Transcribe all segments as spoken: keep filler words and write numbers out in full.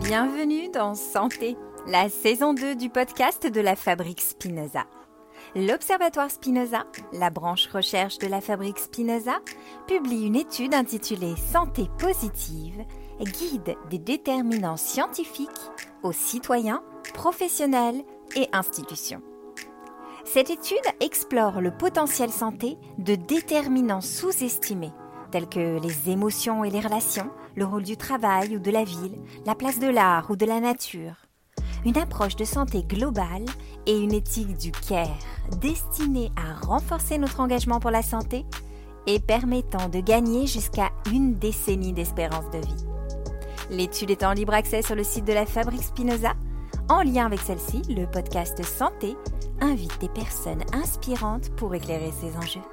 Bienvenue dans Santé, la saison deux du podcast de la Fabrique Spinoza. L'Observatoire Spinoza, la branche recherche de la Fabrique Spinoza, publie une étude intitulée Santé positive, guide des déterminants scientifiques aux citoyens, professionnels et institutions. Cette étude explore le potentiel santé de déterminants sous-estimés, tels que les émotions et les relations, le rôle du travail ou de la ville, la place de l'art ou de la nature. Une approche de santé globale et une éthique du care destinée à renforcer notre engagement pour la santé et permettant de gagner jusqu'à une décennie d'espérance de vie. L'étude est en libre accès sur le site de la Fabrique Spinoza. En lien avec celle-ci, le podcast Santé invite des personnes inspirantes pour éclairer ces enjeux.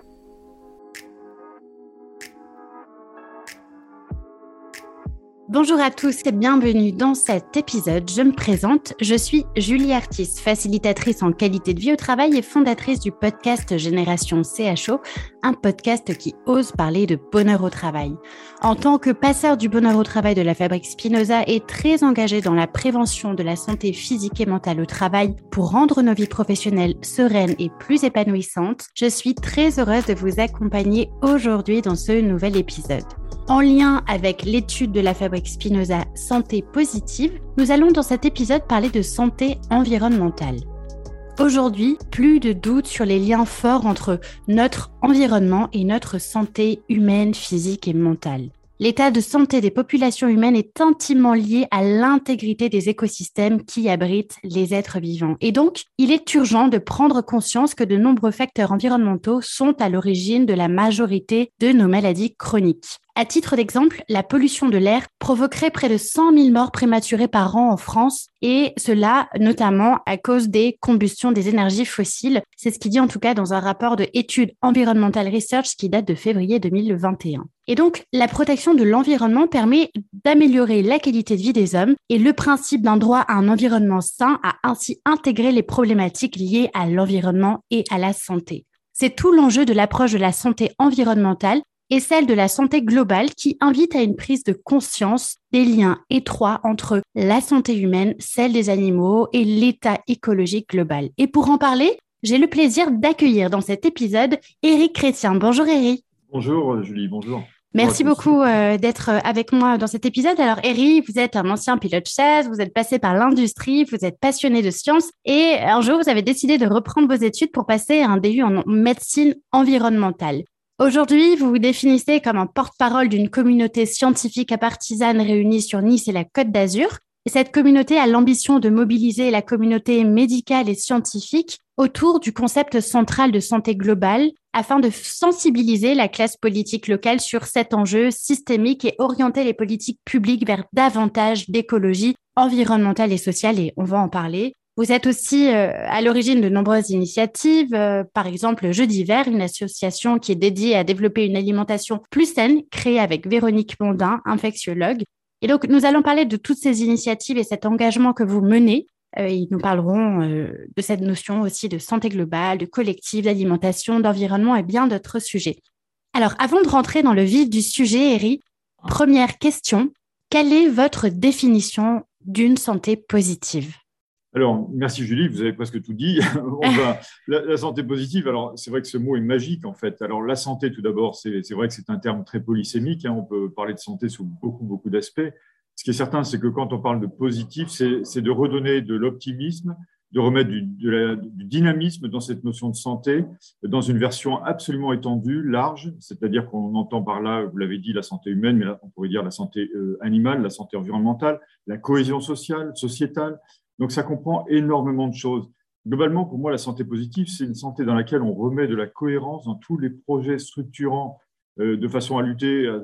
Bonjour à tous et bienvenue dans cet épisode. Je me présente, je suis Julie Artis, facilitatrice en qualité de vie au travail et fondatrice du podcast Génération C H O, un podcast qui ose parler de bonheur au travail. En tant que passeur du bonheur au travail de la Fabrique Spinoza et très engagée dans la prévention de la santé physique et mentale au travail pour rendre nos vies professionnelles sereines et plus épanouissantes, je suis très heureuse de vous accompagner aujourd'hui dans ce nouvel épisode. En lien avec l'étude de la Fabrique Spinoza Santé positive, nous allons dans cet épisode parler de santé environnementale. Aujourd'hui, plus de doute sur les liens forts entre notre environnement et notre santé humaine, physique et mentale. L'état de santé des populations humaines est intimement lié à l'intégrité des écosystèmes qui abritent les êtres vivants. Et donc, il est urgent de prendre conscience que de nombreux facteurs environnementaux sont à l'origine de la majorité de nos maladies chroniques. À titre d'exemple, la pollution de l'air provoquerait près de cent mille morts prématurées par an en France, et cela notamment à cause des combustions des énergies fossiles. C'est ce qui dit en tout cas dans un rapport de Études Environmental Research qui date de février deux mille vingt et un. Et donc, la protection de l'environnement permet d'améliorer la qualité de vie des hommes, et le principe d'un droit à un environnement sain a ainsi intégré les problématiques liées à l'environnement et à la santé. C'est tout l'enjeu de l'approche de la santé environnementale et celle de la santé globale qui invite à une prise de conscience des liens étroits entre la santé humaine, celle des animaux et l'état écologique global. Et pour en parler, j'ai le plaisir d'accueillir dans cet épisode Éric Chrétien. Bonjour Éric. Bonjour Julie, bonjour. Merci beaucoup euh, d'être avec moi dans cet épisode. Alors Éric, vous êtes un ancien pilote chasse, vous êtes passé par l'industrie, vous êtes passionné de sciences et un jour vous avez décidé de reprendre vos études pour passer un D U en médecine environnementale. Aujourd'hui, vous vous définissez comme un porte-parole d'une communauté scientifique à partisane réunie sur Nice et la Côte d'Azur. Et cette communauté a l'ambition de mobiliser la communauté médicale et scientifique autour du concept central de santé globale afin de sensibiliser la classe politique locale sur cet enjeu systémique et orienter les politiques publiques vers davantage d'écologie environnementale et sociale. Et on va en parler. Vous êtes aussi euh, à l'origine de nombreuses initiatives, euh, par exemple Jeudi Vert, une association qui est dédiée à développer une alimentation plus saine, créée avec Véronique Mondin, infectiologue. Et donc, nous allons parler de toutes ces initiatives et cet engagement que vous menez. Euh, et nous parlerons euh, de cette notion aussi de santé globale, de collectif, d'alimentation, d'environnement et bien d'autres sujets. Alors, avant de rentrer dans le vif du sujet, Éric, première question, quelle est votre définition d'une santé positive ? Alors, merci Julie, vous avez presque tout dit. On va, la, la santé positive, alors c'est vrai que ce mot est magique en fait. Alors la santé tout d'abord, c'est, c'est vrai que c'est un terme très polysémique, hein, on peut parler de santé sous beaucoup, beaucoup d'aspects. Ce qui est certain, c'est que quand on parle de positif, c'est, c'est de redonner de l'optimisme, de remettre du, de la, du dynamisme dans cette notion de santé, dans une version absolument étendue, large, c'est-à-dire qu'on entend par là, vous l'avez dit, la santé humaine, mais là, on pourrait dire la santé euh, animale, la santé environnementale, la cohésion sociale, sociétale. Donc, ça comprend énormément de choses. Globalement, pour moi, la santé positive, c'est une santé dans laquelle on remet de la cohérence dans tous les projets structurants euh, de façon à lutter euh,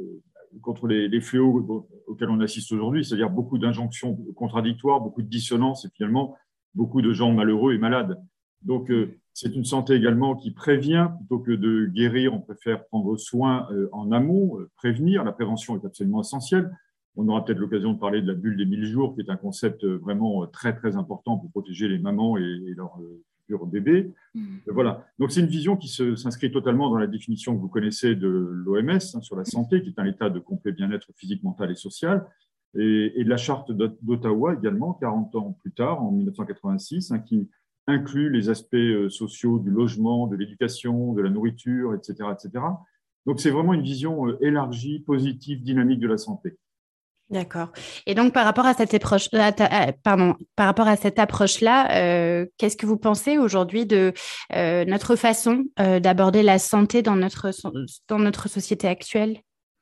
contre les, les fléaux auxquels on assiste aujourd'hui, c'est-à-dire beaucoup d'injonctions contradictoires, beaucoup de dissonances et finalement beaucoup de gens malheureux et malades. Donc, euh, c'est une santé également qui prévient plutôt que de guérir. On préfère prendre soin euh, en amont, euh, prévenir. La prévention est absolument essentielle. On aura peut-être l'occasion de parler de la bulle des mille jours, qui est un concept vraiment très, très important pour protéger les mamans et, et leurs futurs bébés. Mmh. Voilà. Donc, c'est une vision qui se, s'inscrit totalement dans la définition que vous connaissez de l'O M S hein, sur la santé, qui est un état de complet bien-être physique, mental et social. et, et de la charte d'Ottawa également, quarante ans plus tard, en mille neuf cent quatre-vingt-six, hein, qui inclut les aspects sociaux du logement, de l'éducation, de la nourriture, et cetera, et cetera. Donc, c'est vraiment une vision élargie, positive, dynamique de la santé. D'accord. Et donc, par rapport à cette approche, pardon, par rapport à cette approche-là, euh, qu'est-ce que vous pensez aujourd'hui de euh, notre façon euh, d'aborder la santé dans notre, dans notre société actuelle?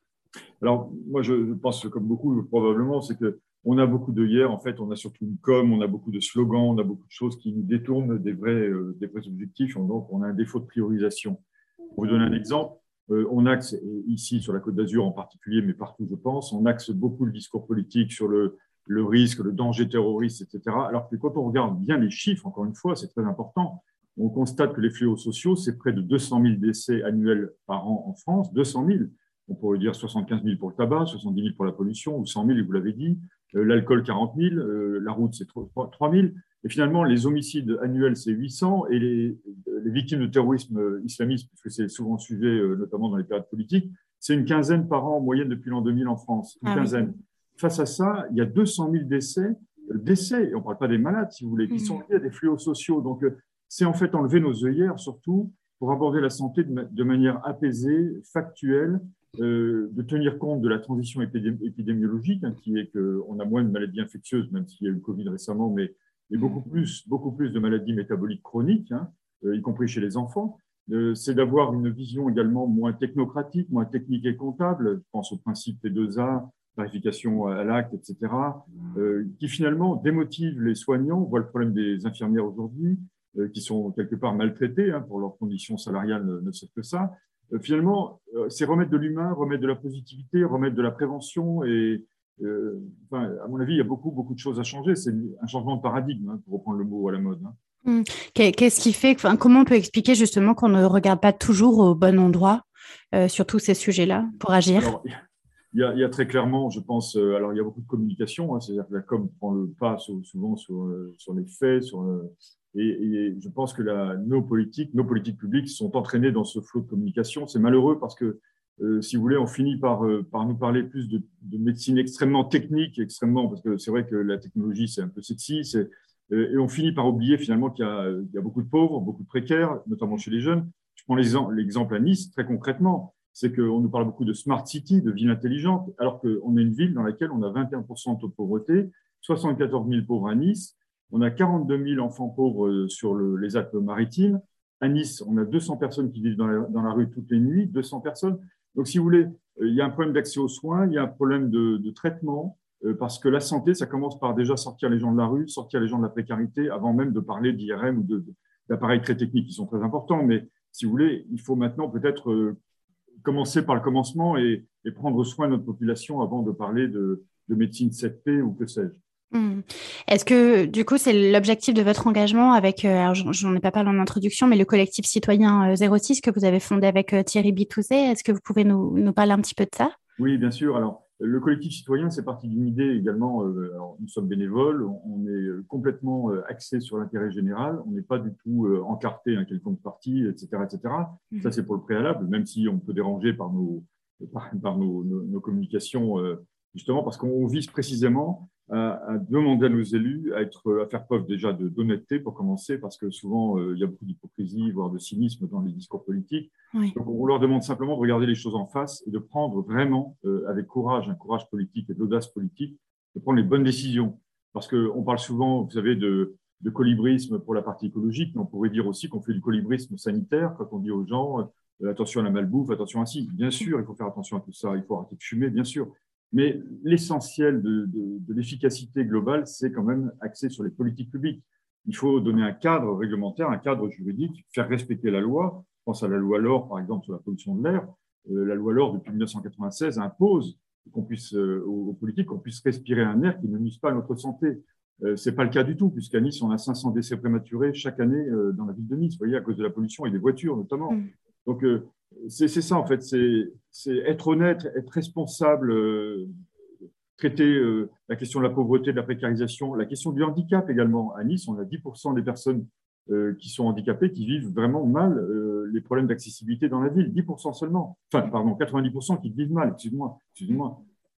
Alors, moi, je pense, comme beaucoup, probablement, c'est qu'on a beaucoup de hier. En fait, on a surtout une com, on a beaucoup de slogans, on a beaucoup de choses qui nous détournent des vrais, euh, des vrais objectifs. Donc, on a un défaut de priorisation. Pour vous donner un exemple, euh, on axe, ici sur la Côte d'Azur en particulier, mais partout, je pense, on axe beaucoup le discours politique sur le, le risque, le danger terroriste, et cetera. Alors que quand on regarde bien les chiffres, encore une fois, c'est très important, on constate que les fléaux sociaux, c'est près de deux cent mille décès annuels par an en France, deux cent mille. On pourrait dire soixante-quinze mille pour le tabac, soixante-dix mille pour la pollution, ou cent mille, vous l'avez dit. Euh, l'alcool, quarante mille. Euh, la route, c'est trois mille. Et finalement, les homicides annuels, c'est huit cents. Et les, les victimes de terrorisme islamiste, puisque c'est souvent sujet, euh, notamment dans les périodes politiques, c'est une quinzaine par an en moyenne depuis l'an deux mille en France. Une ah, quinzaine. Oui. Face à ça, il y a deux cent mille décès, euh, décès, et on ne parle pas des malades, si vous voulez, qui mmh. sont liés à des fléaux sociaux. Donc, euh, c'est en fait enlever nos œillères, surtout, pour aborder la santé de, ma de manière apaisée, factuelle, Euh, de tenir compte de la transition épidémi épidémiologique, hein, qui est qu'on a moins de maladies infectieuses, même s'il y a eu le Covid récemment, mais, mais beaucoup, plus, beaucoup plus de maladies métaboliques chroniques, hein, euh, y compris chez les enfants. Euh, c'est d'avoir une vision également moins technocratique, moins technique et comptable. Je pense au principe T deux A, tarification à l'acte, et cetera, euh, qui finalement démotive les soignants. On voit le problème des infirmières aujourd'hui, euh, qui sont quelque part maltraitées, hein, pour leurs conditions salariales, ne, ne serait que ça. Finalement, c'est remettre de l'humain, remettre de la positivité, remettre de la prévention. Et, euh, enfin, à mon avis, il y a beaucoup, beaucoup de choses à changer. C'est un changement de paradigme, hein, pour reprendre le mot à la mode. Hein. Mmh. Qu'est-ce qui fait, enfin, comment on peut expliquer justement qu'on ne regarde pas toujours au bon endroit euh, sur tous ces sujets-là pour agir? Alors, il y, a, il y a très clairement, je pense, euh, alors il y a beaucoup de communication, hein, c'est-à-dire que la com prend le pas souvent sur, euh, sur les faits, sur euh, Et, et je pense que la, nos politiques, nos politiques publiques sont entraînées dans ce flot de communication. C'est malheureux parce que, euh, si vous voulez, on finit par, euh, par nous parler plus de, de médecine extrêmement technique, extrêmement, parce que c'est vrai que la technologie, c'est un peu sexy, euh, et on finit par oublier finalement qu'il y, y a beaucoup de pauvres, beaucoup de précaires, notamment chez les jeunes. Je prends l'exemple à Nice, très concrètement, c'est qu'on nous parle beaucoup de smart city, de ville intelligente, alors qu'on a une ville dans laquelle on a vingt et un pour cent de taux de pauvreté, soixante-quatorze mille pauvres à Nice. On a quarante-deux mille enfants pauvres sur le, les Alpes-Maritimes. À Nice, on a deux cents personnes qui vivent dans la, dans la rue toutes les nuits, deux cents personnes. Donc, si vous voulez, il y a un problème d'accès aux soins, il y a un problème de, de traitement, euh, parce que la santé, ça commence par déjà sortir les gens de la rue, sortir les gens de la précarité, avant même de parler d'I R M ou d'appareils très techniques qui sont très importants. Mais si vous voulez, il faut maintenant peut-être euh, commencer par le commencement et, et prendre soin de notre population avant de parler de, de médecine sept P ou que sais-je. Mmh. Est-ce que, du coup, c'est l'objectif de votre engagement avec, euh, alors j'en ai pas parlé en introduction, mais le collectif citoyen euh, zéro six que vous avez fondé avec euh, Thierry Bitouzé, est-ce que vous pouvez nous, nous parler un petit peu de ça? Oui, bien sûr. Alors, le collectif citoyen, c'est parti d'une idée également. Euh, alors, nous sommes bénévoles, on est complètement euh, axé sur l'intérêt général, on n'est pas du tout euh, encarté à un quelconque parti, et cetera, et cetera. Mmh. Ça, c'est pour le préalable, même si on peut déranger par nos, par, par nos, nos, nos communications, euh, justement parce qu'on vise précisément à, à demander à nos élus à, être, à faire preuve déjà d'honnêteté pour commencer, parce que souvent, euh, il y a beaucoup d'hypocrisie, voire de cynisme dans les discours politiques. Oui. Donc, on leur demande simplement de regarder les choses en face et de prendre vraiment, euh, avec courage, un courage politique et de l'audace politique, de prendre les bonnes décisions. Parce qu'on parle souvent, vous savez, de, de colibrisme pour la partie écologique, mais on pourrait dire aussi qu'on fait du colibrisme sanitaire quand on dit aux gens euh, attention à la malbouffe, attention à ci. Bien sûr, il faut faire attention à tout ça, il faut arrêter de fumer, bien sûr. Mais l'essentiel de, de, de l'efficacité globale, c'est quand même axé sur les politiques publiques. Il faut donner un cadre réglementaire, un cadre juridique, faire respecter la loi. Je pense à la loi Laure, par exemple, sur la pollution de l'air. Euh, la loi Laure, depuis mille neuf cent quatre-vingt-seize, impose qu'on puisse, euh, aux, aux politiques, qu'on puisse respirer un air qui ne nuise pas à notre santé. Euh, c'est pas le cas du tout, puisqu'à Nice, on a cinq cents décès prématurés chaque année euh, dans la ville de Nice, vous voyez, à cause de la pollution et des voitures, notamment. Mmh. Donc, euh, c'est ça, en fait, c'est être honnête, être responsable, euh, traiter euh, la question de la pauvreté, de la précarisation, la question du handicap également. À Nice, on a dix pour cent des personnes euh, qui sont handicapées qui vivent vraiment mal euh, les problèmes d'accessibilité dans la ville, dix pour cent seulement. Enfin, pardon, quatre-vingt-dix pour cent qui vivent mal, excusez-moi. Excusez-moi.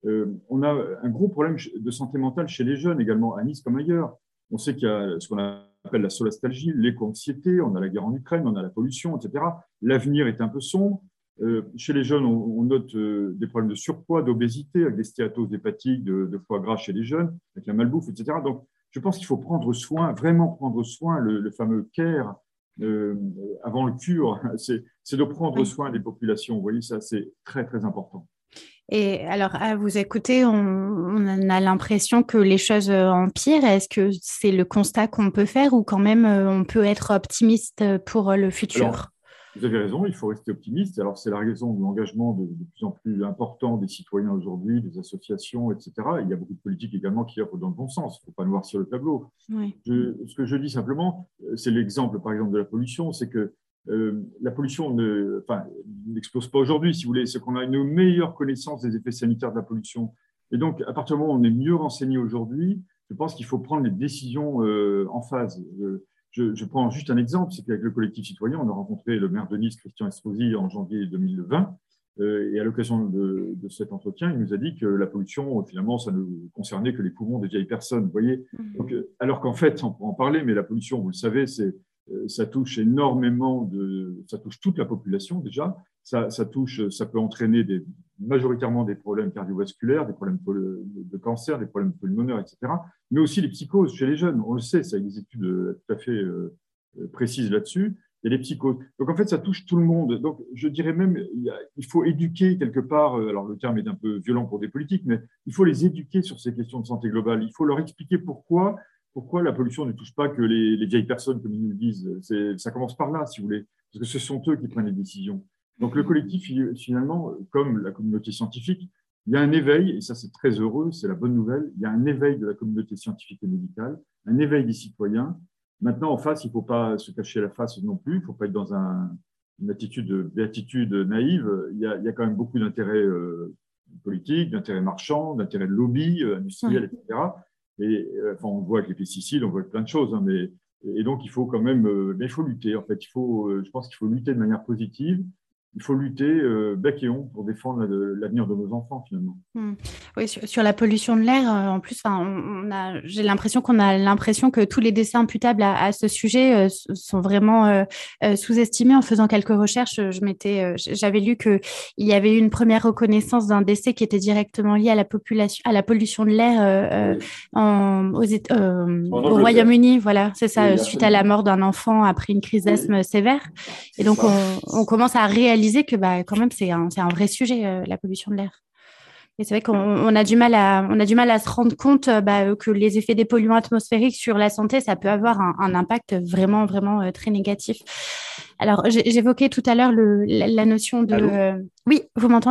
Euh, on a un gros problème de santé mentale chez les jeunes également, à Nice comme ailleurs. On sait qu'il y a ce qu'on appelle la solastalgie, l'éco-anxiété, on a la guerre en Ukraine, on a la pollution, et cetera. L'avenir est un peu sombre. Euh, chez les jeunes, on, on note euh, des problèmes de surpoids, d'obésité, avec des stéatoses hépatiques, de, de foie gras chez les jeunes, avec la malbouffe, et cetera. Donc, je pense qu'il faut prendre soin, vraiment prendre soin, le, le fameux care euh, avant le cure, c'est, c'est de prendre Oui. soin des populations. Vous voyez, ça, c'est très, très important. Et alors, à vous écouter, on, on a l'impression que les choses empirent. Est-ce que c'est le constat qu'on peut faire ou quand même on peut être optimiste pour le futur? Alors, vous avez raison, il faut rester optimiste. Alors, c'est la raison de l'engagement de, de plus en plus important des citoyens aujourd'hui, des associations, et cetera. Il y a beaucoup de politiques également qui œuvrent dans le bon sens. Il ne faut pas noircir le tableau. Oui. Je, ce que je dis simplement, c'est l'exemple, par exemple, de la pollution, c'est que euh, la pollution ne, enfin, n'explose pas aujourd'hui, si vous voulez. C'est qu'on a une meilleure connaissance des effets sanitaires de la pollution. Et donc, à partir du moment où on est mieux renseigné aujourd'hui, je pense qu'il faut prendre les décisions euh, en phase. Euh, Je, je prends juste un exemple, c'est qu'avec le collectif citoyen, on a rencontré le maire de Nice, Christian Estrosi, en janvier deux mille vingt. Euh, et à l'occasion de, de cet entretien, il nous a dit que la pollution, finalement, ça ne concernait que les poumons des vieilles personnes. Vous voyez. Donc, alors qu'en fait, on peut en parler, mais la pollution, vous le savez, c'est, ça touche énormément de, ça touche toute la population déjà. Ça, ça touche, ça peut entraîner des, majoritairement des problèmes cardiovasculaires, des problèmes de cancer, des problèmes pulmonaires, et cetera. Mais aussi les psychoses chez les jeunes. On le sait, ça, il y a des études tout à fait euh, précises là-dessus. Il y a les psychoses. Donc, en fait, ça touche tout le monde. Donc, je dirais même, il, y a, il faut éduquer quelque part, alors le terme est un peu violent pour des politiques, mais il faut les éduquer sur ces questions de santé globale. Il faut leur expliquer pourquoi, pourquoi la pollution ne touche pas que les, les vieilles personnes, comme ils nous le disent. C'est, ça commence par là, si vous voulez, parce que ce sont eux qui prennent les décisions. Donc, le collectif, finalement, comme la communauté scientifique, il y a un éveil, et ça c'est très heureux, c'est la bonne nouvelle, il y a un éveil de la communauté scientifique et médicale, un éveil des citoyens. Maintenant, en face, il ne faut pas se cacher la face non plus, il ne faut pas être dans un, une attitude de béatitude naïve. Il y a, il y a quand même beaucoup d'intérêts euh, politiques, d'intérêts marchands, d'intérêts de lobby, euh, industriels, et cetera. Et euh, enfin, on le voit avec les pesticides, on voit avec plein de choses, hein, mais et donc il faut quand même, euh, mais il faut lutter. En fait, il faut, euh, je pense qu'il faut lutter de manière positive. Il faut lutter euh, bec et ongle pour défendre l'avenir de nos enfants, finalement. Mmh. Oui, sur, sur la pollution de l'air, euh, en plus, on, on a, j'ai l'impression qu'on a l'impression que tous les décès imputables à, à ce sujet euh, sont vraiment euh, euh, sous-estimés. En faisant quelques recherches, je m'étais, euh, j'avais lu qu'il y avait eu une première reconnaissance d'un décès qui était directement lié à la, population, à la pollution de l'air euh, oui. en, aux, euh, au Royaume-Uni. Voilà, c'est ça, oui, suite à la mort d'un enfant après une crise d'asthme oui. sévère. Et donc, on, on commence à réaliser que bah, quand même c'est un, c'est un vrai sujet, euh, la pollution de l'air. Et c'est vrai qu'on on a, du mal à, on a du mal à se rendre compte bah, que les effets des polluants atmosphériques sur la santé, ça peut avoir un, un impact vraiment, vraiment euh, très négatif. Alors, j'évoquais tout à l'heure le, la, la notion de... Euh... Oui, vous m'entendez ?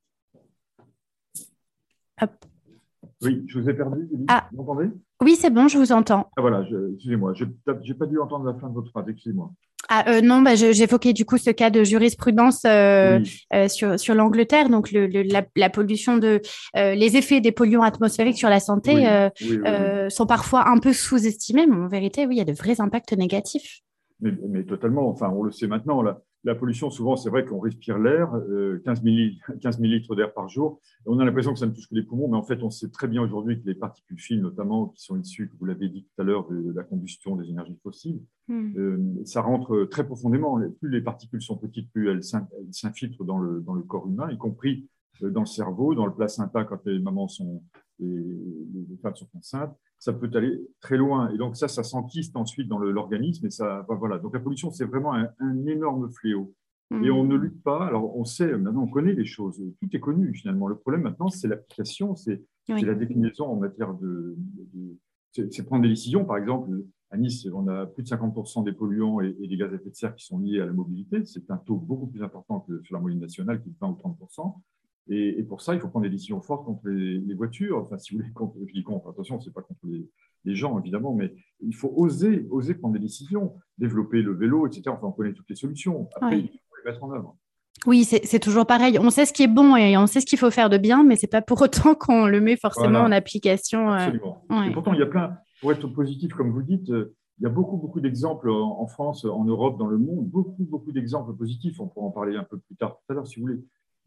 Hop. Oui, je vous ai perdu. Ah. Vous m'entendez ? Oui, c'est bon, je vous entends. Ah voilà, je, excusez-moi, je n'ai pas dû entendre la fin de votre phrase, excusez-moi. Ah, euh, non, bah, je, j'évoquais du coup ce cas de jurisprudence euh, oui. euh, sur, sur l'Angleterre, donc le, le, la, la pollution de euh, les effets des polluants atmosphériques sur la santé oui. Euh, oui, oui, euh, oui. sont parfois un peu sous-estimés, mais en vérité, oui, il y a de vrais impacts négatifs. Mais, mais totalement, enfin, on le sait maintenant, la, la pollution, souvent, c'est vrai qu'on respire l'air, euh, quinze millilitres d'air par jour, et on a l'impression que ça ne touche que les poumons, mais en fait, on sait très bien aujourd'hui que les particules fines, notamment, qui sont issues, vous l'avez dit tout à l'heure, de, de la combustion des énergies fossiles, mm. euh, ça rentre très profondément. Plus les particules sont petites, plus elles s'infiltrent dans le, dans le corps humain, y compris dans le cerveau, dans le placenta quand les mamans sont, les, les femmes sont enceintes. Ça peut aller très loin. Et donc ça, ça s'enquiste ensuite dans l'organisme. Et ça, ben voilà. Donc la pollution, c'est vraiment un, un énorme fléau. Mmh. Et on ne lutte pas. Alors on sait, maintenant on connaît les choses. Tout est connu finalement. Le problème maintenant, c'est l'application, c'est oui. la déclinaison en matière de... de, de c'est prendre des décisions. Par exemple, à Nice, on a plus de cinquante pour cent des polluants et, et des gaz à effet de serre qui sont liés à la mobilité. C'est un taux beaucoup plus important que sur la moyenne nationale, qui est de vingt ou trente pour cent. Et, et pour ça, il faut prendre des décisions fortes contre les, les voitures. Enfin, si vous voulez, contre, je dis contre, attention, c'est pas contre les, les gens, évidemment, mais il faut oser, oser prendre des décisions, développer le vélo, et cetera. Enfin, on connaît toutes les solutions. Après, oui. il faut les mettre en œuvre. Oui, c'est, c'est toujours pareil. On sait ce qui est bon et on sait ce qu'il faut faire de bien, mais c'est pas pour autant qu'on le met forcément voilà. en application. Absolument. Euh, ouais. Et pourtant, il y a plein, pour être positif, comme vous dites, il y a beaucoup, beaucoup d'exemples en France, en Europe, dans le monde, beaucoup, beaucoup d'exemples positifs. On pourra en parler un peu plus tard tout à l'heure, si vous voulez.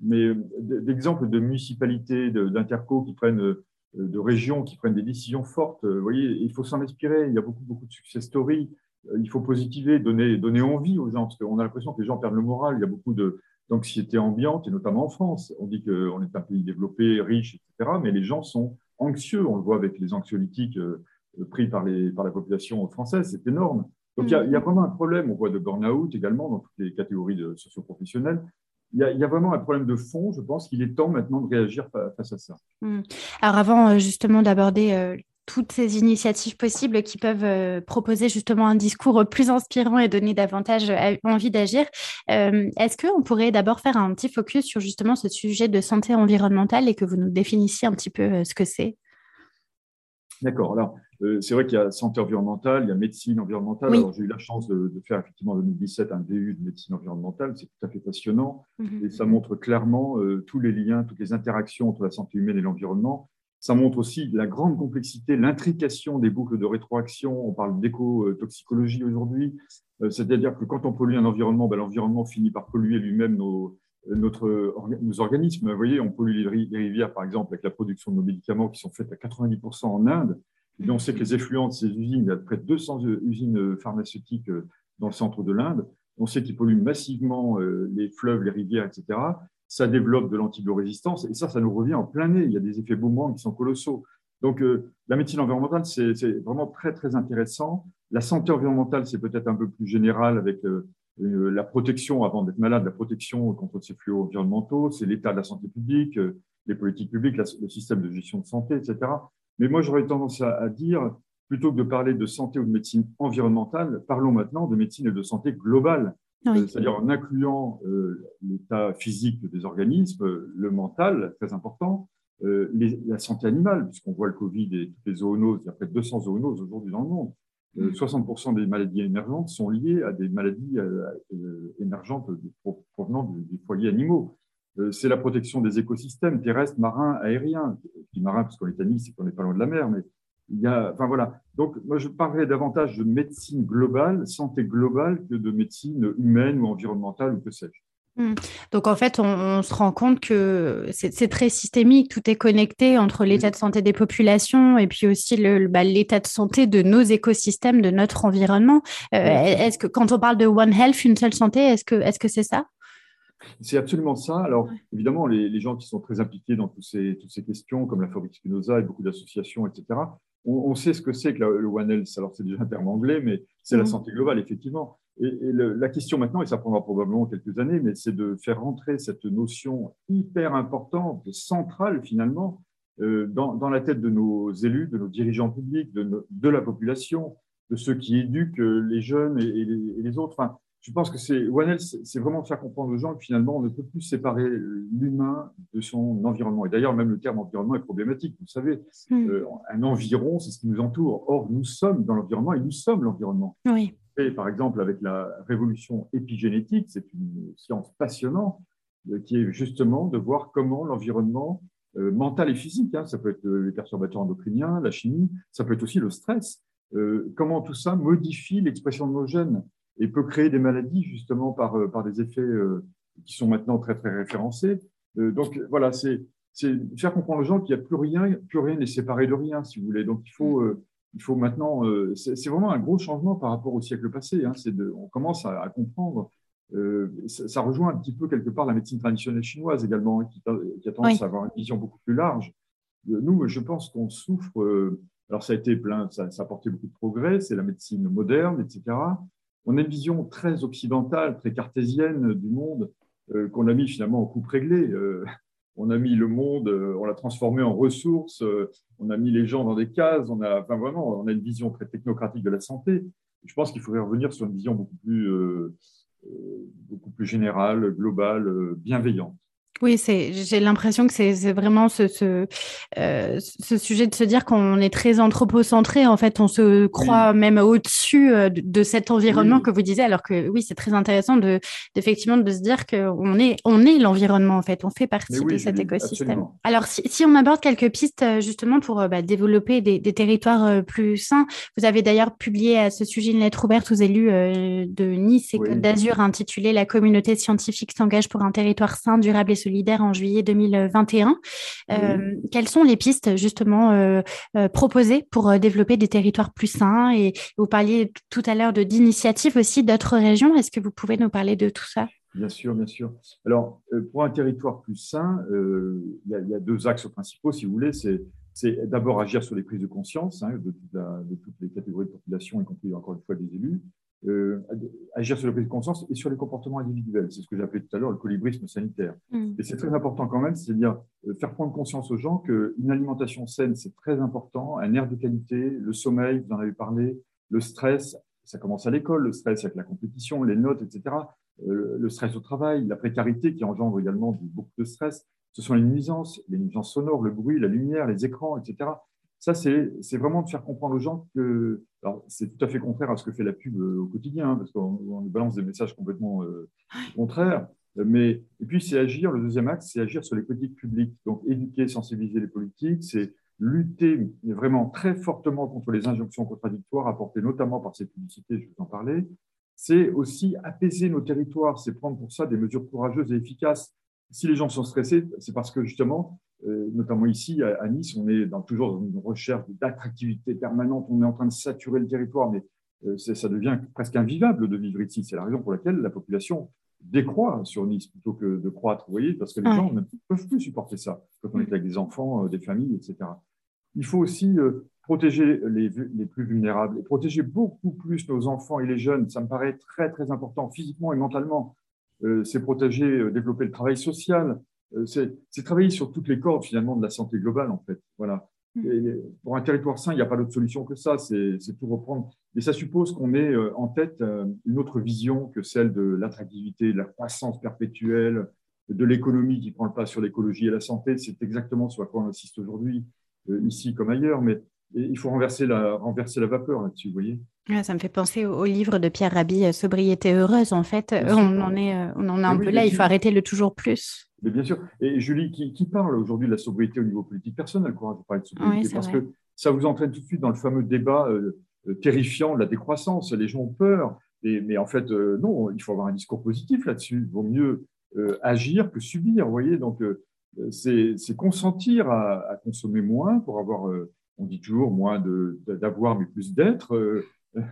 mais d'exemples de municipalités, d'interco qui prennent, de régions qui prennent des décisions fortes. Vous voyez, il faut s'en inspirer. Il y a beaucoup, beaucoup de success stories. Il faut positiver, donner, donner envie aux gens, parce qu'on a l'impression que les gens perdent le moral. Il y a beaucoup de, d'anxiété ambiante, et notamment en France. On dit qu'on est un pays développé, riche, et cetera, mais les gens sont anxieux. On le voit avec les anxiolytiques pris par, les, par la population française. C'est énorme. Donc, mmh. il, y a, il y a vraiment un problème. On voit de burn-out également dans toutes les catégories de socio-professionnelles. Il y, a, il y a vraiment un problème de fond. Je pense qu'il est temps maintenant de réagir face à ça. Mmh. Alors, avant justement d'aborder euh, toutes ces initiatives possibles qui peuvent euh, proposer justement un discours plus inspirant et donner davantage euh, envie d'agir, euh, est-ce qu'on pourrait d'abord faire un petit focus sur justement ce sujet de santé environnementale et que vous nous définissiez un petit peu euh, ce que c'est? D'accord. Alors, euh, c'est vrai qu'il y a santé environnementale, il y a médecine environnementale. Oui. Alors, j'ai eu la chance de, de faire effectivement en deux mille dix-sept un D U de médecine environnementale. C'est tout à fait passionnant. Mm-hmm. Et ça montre clairement euh, tous les liens, toutes les interactions entre la santé humaine et l'environnement. Ça montre aussi la grande complexité, l'intrication des boucles de rétroaction. On parle d'éco-toxicologie aujourd'hui. Euh, c'est-à-dire que quand on pollue un environnement, ben, l'environnement finit par polluer lui-même nos, notre, nos organismes. Vous voyez, on pollue les rivières, par exemple, avec la production de nos médicaments qui sont faits à quatre-vingt-dix pour cent en Inde. Et on sait que les effluents de ces usines, il y a près de deux cents usines pharmaceutiques dans le centre de l'Inde. On sait qu'ils polluent massivement les fleuves, les rivières, et cetera. Ça développe de l'antibiorésistance et ça, ça nous revient en plein nez. Il y a des effets boomerang qui sont colossaux. Donc, euh, la médecine environnementale, c'est, c'est vraiment très, très intéressant. La santé environnementale, c'est peut-être un peu plus général avec euh, euh, la protection, avant d'être malade, la protection contre ces fléaux environnementaux, c'est l'état de la santé publique, euh, les politiques publiques, la, le système de gestion de santé, et cetera. Mais moi, j'aurais tendance à, à dire, plutôt que de parler de santé ou de médecine environnementale, parlons maintenant de médecine et de santé globale. Oui. Euh, c'est-à-dire en incluant euh, l'état physique des organismes, le mental, très important, euh, les, la santé animale, puisqu'on voit le Covid et toutes les zoonoses, il y a près de deux cents zoonoses aujourd'hui dans le monde. Euh, soixante pour cent des maladies émergentes sont liées à des maladies euh, euh, émergentes provenant des, des foyers animaux. Euh, c'est la protection des écosystèmes terrestres, marins, aériens. Je dis marins parce qu'on est à Nice et qu'on n'est pas loin de la mer, mais il y a, enfin voilà. Donc, moi, je parlerais davantage de médecine globale, santé globale, que de médecine humaine ou environnementale ou que sais-je. Mmh. Donc, en fait, on, on se rend compte que c'est, c'est très systémique, tout est connecté entre l'état de santé des populations et puis aussi le, bah, l'état de santé de nos écosystèmes, de notre environnement. Euh, est-ce que, quand on parle de One Health, une seule santé, est-ce que, est-ce que c'est ça ? C'est absolument ça. Alors, évidemment, les, les gens qui sont très impliqués dans tous ces, toutes ces questions, comme la Fabrique Spinoza et beaucoup d'associations, et cetera, on, on sait ce que c'est que la, le One Health. Alors, c'est déjà un terme anglais, mais c'est mmh. la santé globale, effectivement. Et, et le, la question maintenant, et ça prendra probablement quelques années, mais c'est de faire rentrer cette notion hyper importante, centrale finalement, euh, dans, dans la tête de nos élus, de nos dirigeants publics, de, no, de la population, de ceux qui éduquent les jeunes et, et, les, et les autres. Enfin, je pense que c'est One Health, c'est vraiment faire comprendre aux gens que finalement, on ne peut plus séparer l'humain de son environnement. Et d'ailleurs, même le terme environnement est problématique. Vous savez, mmh. euh, un environ, c'est ce qui nous entoure. Or, nous sommes dans l'environnement et nous sommes l'environnement. Oui. Et par exemple, avec la révolution épigénétique, c'est une science passionnante euh, qui est justement de voir comment l'environnement euh, mental et physique, hein, ça peut être les perturbateurs endocriniens, la chimie, ça peut être aussi le stress, euh, comment tout ça modifie l'expression de nos gènes et peut créer des maladies justement par, par des effets euh, qui sont maintenant très, très référencés. Euh, donc voilà, c'est, c'est faire comprendre aux gens qu'il n'y a plus rien, plus rien n'est séparé de rien, si vous voulez. Donc il faut... Euh, Il faut maintenant, euh, c'est, c'est vraiment un gros changement par rapport au siècle passé. Hein, c'est de, on commence à, à comprendre. Euh, ça, ça rejoint un petit peu quelque part la médecine traditionnelle chinoise également, hein, qui, qui a tendance oui. à avoir une vision beaucoup plus large. Euh, nous, je pense qu'on souffre. Euh, alors ça a été plein, ça, ça a apporté beaucoup de progrès. C'est la médecine moderne, et cetera. On a une vision très occidentale, très cartésienne du monde euh, qu'on a mis finalement en coupe réglée. Euh, On a mis le monde, on l'a transformé en ressources, on a mis les gens dans des cases, on a, enfin vraiment, on a une vision très technocratique de la santé. Je pense qu'il faudrait revenir sur une vision beaucoup plus, euh, beaucoup plus générale, globale, bienveillante. Oui, c'est, j'ai l'impression que c'est, c'est vraiment ce, ce, euh, ce sujet de se dire qu'on est très anthropocentré. En fait, on se croit oui. même au-dessus de, de cet environnement oui. que vous disiez, alors que oui, c'est très intéressant de, d'effectivement de se dire qu'on est, on est l'environnement, en fait. On fait partie oui, de cet écosystème. Absolument. Alors, si, si on aborde quelques pistes justement pour bah, développer des, des territoires plus sains, vous avez d'ailleurs publié à ce sujet une lettre ouverte aux élus euh, de Nice et oui. Côte d'Azur intitulée « La communauté scientifique s'engage pour un territoire sain, durable et solidaire en juillet deux mille vingt et un. Euh, oui. Quelles sont les pistes justement euh, euh, proposées pour euh, développer des territoires plus sains? Et vous parliez t- tout à l'heure de, d'initiatives aussi d'autres régions. Est-ce que vous pouvez nous parler de tout ça? Bien sûr, bien sûr. Alors, euh, pour un territoire plus sain, euh, il y a, il y a deux axes principaux, si vous voulez. C'est, c'est d'abord agir sur les prises de conscience hein, de, toute la, de toutes les catégories de population, y compris encore une fois des élus. Euh, agir sur les prises de conscience et sur les comportements individuels. C'est ce que j'appelais tout à l'heure le colibrisme sanitaire. Mmh. Et c'est très important quand même, c'est-à-dire euh, faire prendre conscience aux gens qu'une alimentation saine, c'est très important, un air de qualité, le sommeil, vous en avez parlé, le stress, ça commence à l'école, le stress avec la compétition, les notes, et cetera. Euh, le stress au travail, la précarité qui engendre également beaucoup de stress. Ce sont les nuisances, les nuisances sonores, le bruit, la lumière, les écrans, et cetera. Ça, c'est, c'est vraiment de faire comprendre aux gens que… Alors, c'est tout à fait contraire à ce que fait la pub au quotidien, hein, parce qu'on on balance des messages complètement euh, contraires. Mais, et puis, c'est agir, le deuxième axe, c'est agir sur les politiques publiques. Donc, éduquer, sensibiliser les politiques, c'est lutter vraiment très fortement contre les injonctions contradictoires apportées notamment par ces publicités, je vous en parlais. C'est aussi apaiser nos territoires, c'est prendre pour ça des mesures courageuses et efficaces. Si les gens sont stressés, c'est parce que justement, euh, notamment ici à, à Nice, on est dans, toujours dans une recherche d'attractivité permanente, on est en train de saturer le territoire, mais euh, ça devient presque invivable de vivre ici. C'est la raison pour laquelle la population décroît sur Nice plutôt que de croître, vous voyez, parce que les ouais. gens ne peuvent plus supporter ça quand on est avec des enfants, euh, des familles, et cetera. Il faut aussi euh, protéger les, les plus vulnérables et protéger beaucoup plus nos enfants et les jeunes. Ça me paraît très, très important, physiquement et mentalement. Euh, c'est protéger, euh, développer le travail social. Euh, c'est, c'est travailler sur toutes les cordes, finalement, de la santé globale, en fait. Voilà. Et pour un territoire sain, il n'y a pas d'autre solution que ça. C'est, c'est tout reprendre. Et ça suppose qu'on ait euh, en tête euh, une autre vision que celle de l'attractivité, de la croissance perpétuelle, de l'économie qui prend le pas sur l'écologie et la santé. C'est exactement sur quoi on assiste aujourd'hui, euh, ici comme ailleurs. Mais et il faut renverser la, renverser la vapeur là-dessus, vous voyez. Ah, ça me fait penser au, au livre de Pierre Rabhi, Sobriété heureuse. En fait, on en est, on en est un oui, peu là. Il faut arrêter le toujours plus. Mais bien sûr. Et Julie, qui, qui parle aujourd'hui de la sobriété au niveau politique? Personne n'a le courage de parler de sobriété oui, parce vrai. que ça vous entraîne tout de suite dans le fameux débat euh, terrifiant de la décroissance. Les gens ont peur. Et, mais en fait, euh, non, il faut avoir un discours positif là-dessus. Il vaut mieux euh, agir que subir, vous voyez. Donc, euh, c'est, c'est consentir à, à consommer moins pour avoir, euh, on dit toujours, moins de, d'avoir, mais plus d'être. Euh,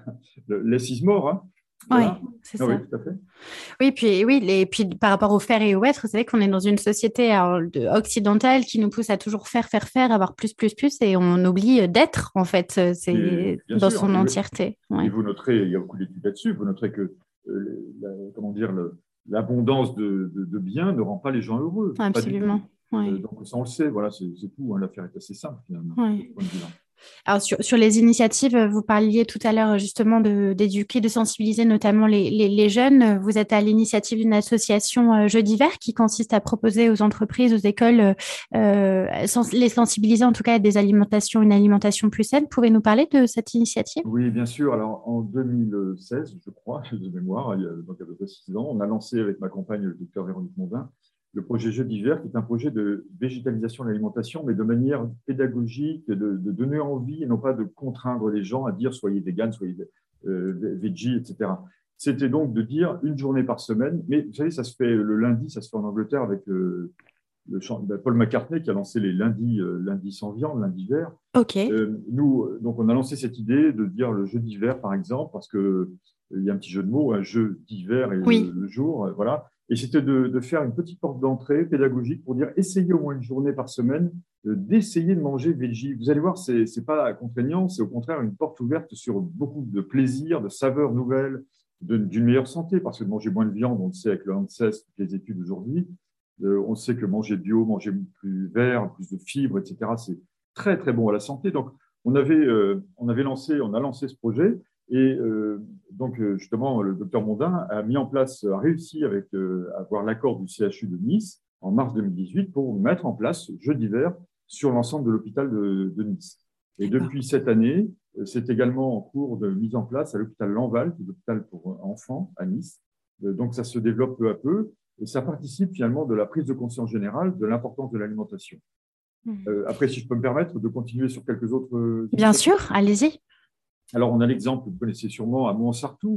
less is more, hein. Voilà. Oui, c'est ah, ça. Oui, tout à fait. Oui, puis, oui, et puis par rapport au faire et au être, c'est vrai qu'on est dans une société alors, de, occidentale qui nous pousse à toujours faire, faire, faire, avoir plus, plus, plus, et on oublie d'être, en fait, c'est dans sûr, son entièreté. Ouais. Et vous noterez, il y a beaucoup d'études là-dessus, vous noterez que euh, la, comment dire, le, l'abondance de, de, de biens ne rend pas les gens heureux. Absolument. Ouais. Euh, donc ça, on le sait, voilà, c'est, c'est tout. Hein, l'affaire est assez simple, finalement. Ouais. Alors, sur, sur les initiatives, vous parliez tout à l'heure justement de, d'éduquer, de sensibiliser notamment les, les, les jeunes. Vous êtes à l'initiative d'une association euh, Jeux d'hiver qui consiste à proposer aux entreprises, aux écoles, euh, sens- les sensibiliser en tout cas à des alimentations, une alimentation plus saine. Pouvez-vous nous parler de cette initiative? Oui, bien sûr. Alors, en deux mille seize, je crois, de mémoire, il y a, donc il y a à peu près six ans, on a lancé avec ma compagne, le docteur Véronique Mondin, le projet Jeux d'hiver, qui est un projet de végétalisation de l'alimentation, mais de manière pédagogique, de, de donner envie et non pas de contraindre les gens à dire soyez vegan, soyez euh, veggie, et cetera. C'était donc de dire une journée par semaine, mais vous savez, ça se fait le lundi, ça se fait en Angleterre avec euh, le, Paul McCartney qui a lancé les lundis, euh, lundis sans viande, lundi vert. Ok. Euh, nous, donc on a lancé cette idée de dire le jeu d'hiver, par exemple, parce que il y a un petit jeu de mots, un jeu d'hiver et oui. le, le jour, euh, voilà. Et c'était de, de faire une petite porte d'entrée pédagogique pour dire essayez au moins une journée par semaine euh, d'essayer de manger veggie. Vous allez voir, c'est c'est pas contraignant, c'est au contraire une porte ouverte sur beaucoup de plaisir, de saveurs nouvelles, de, d'une meilleure santé, parce que de manger moins de viande, on le sait avec le ANSES, toutes les études aujourd'hui, euh, on sait que manger bio, manger plus vert, plus de fibres, et cetera, c'est très très bon à la santé. Donc on avait euh, on avait lancé, on a lancé ce projet. Et euh, donc, justement, le docteur Mondin a mis en place, a réussi avec, euh, à avoir l'accord du C H U de Nice en mars deux mille dix-huit pour mettre en place ce jeu d'hiver sur l'ensemble de l'hôpital de, de Nice. Et depuis cette année, c'est également en cours de mise en place à l'hôpital Lanval, qui est l'hôpital pour enfants à Nice. Donc, ça se développe peu à peu et ça participe finalement de la prise de conscience générale de l'importance de l'alimentation. Mmh. Euh, après, si je peux me permettre de continuer sur quelques autres… Bien sûr, allez-y. Alors, on a l'exemple, vous connaissez sûrement, à Montsartou,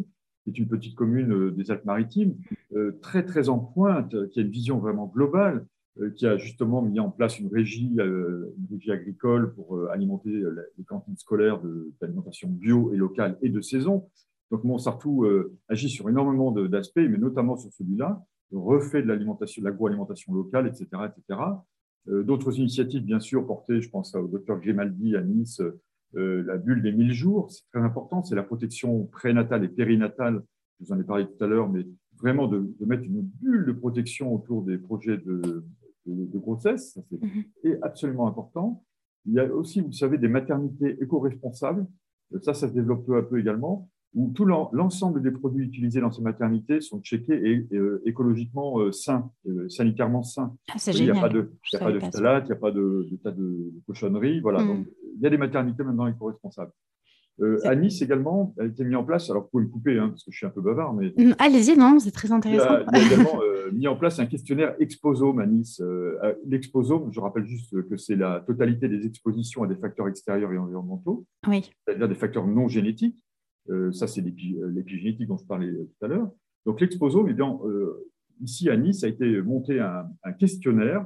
qui est une petite commune des Alpes-Maritimes, euh, très, très en pointe, qui a une vision vraiment globale, euh, qui a justement mis en place une régie, euh, une régie agricole pour euh, alimenter les cantines scolaires d'alimentation bio et locale et de saison. Donc, Montsartou euh, agit sur énormément d'aspects, mais notamment sur celui-là, refait de l'alimentation, de l'agroalimentation locale, et cetera, et cetera. Euh, D'autres initiatives, bien sûr, portées, je pense au docteur Grimaldi à Nice, euh, la bulle des mille jours, c'est très important, c'est la protection prénatale et périnatale, je vous en ai parlé tout à l'heure, mais vraiment de, de mettre une bulle de protection autour des projets de, de, de grossesse, ça c'est mm-hmm. absolument important. Il y a aussi, vous savez, des maternités éco-responsables, ça, ça se développe peu à peu également, où tout l'ensemble des produits utilisés dans ces maternités sont checkés et, et euh, écologiquement euh, sains, euh, sanitairement sains. Ah, c'est génial. Il n'y a pas de, il y a pas de phtalates, il n'y a pas de, de tas de, de cochonneries. Voilà. Mm. Donc, il y a des maternités maintenant éco-responsables. Euh, à Nice également, elle a été mise en place, alors vous pouvez me couper hein, parce que je suis un peu bavard, mais… Allez-y, non, c'est très intéressant. Il y a, il y a également euh, mis en place un questionnaire Exposome à Nice. Euh, L'Exposome, je rappelle juste que c'est la totalité des expositions à des facteurs extérieurs et environnementaux, oui. c'est-à-dire des facteurs non génétiques. Euh, ça, c'est l'épigénétique dont je parlais tout à l'heure. Donc, l'Exposome, eh bien, euh, ici à Nice, a été monté un, un questionnaire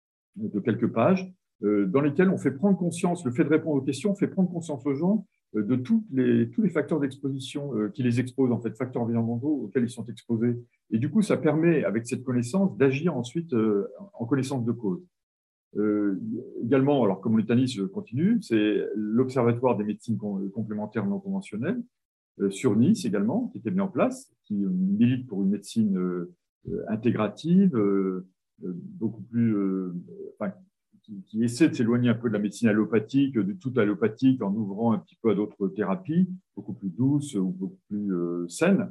de quelques pages euh, dans lesquels on fait prendre conscience, le fait de répondre aux questions fait prendre conscience aux gens euh, de tous les, tous les facteurs d'exposition euh, qui les exposent, en fait, facteurs environnementaux auxquels ils sont exposés. Et du coup, ça permet, avec cette connaissance, d'agir ensuite euh, en connaissance de cause. Euh, également, alors comme on est à Nice, je continue, c'est l'Observatoire des médecines complémentaires non conventionnelles, Euh, sur Nice également, qui était mis en place, qui milite pour une médecine euh, intégrative, euh, beaucoup plus, euh, enfin, qui, qui essaie de s'éloigner un peu de la médecine allopathique, de toute allopathique, en ouvrant un petit peu à d'autres thérapies, beaucoup plus douces ou beaucoup plus euh, saines.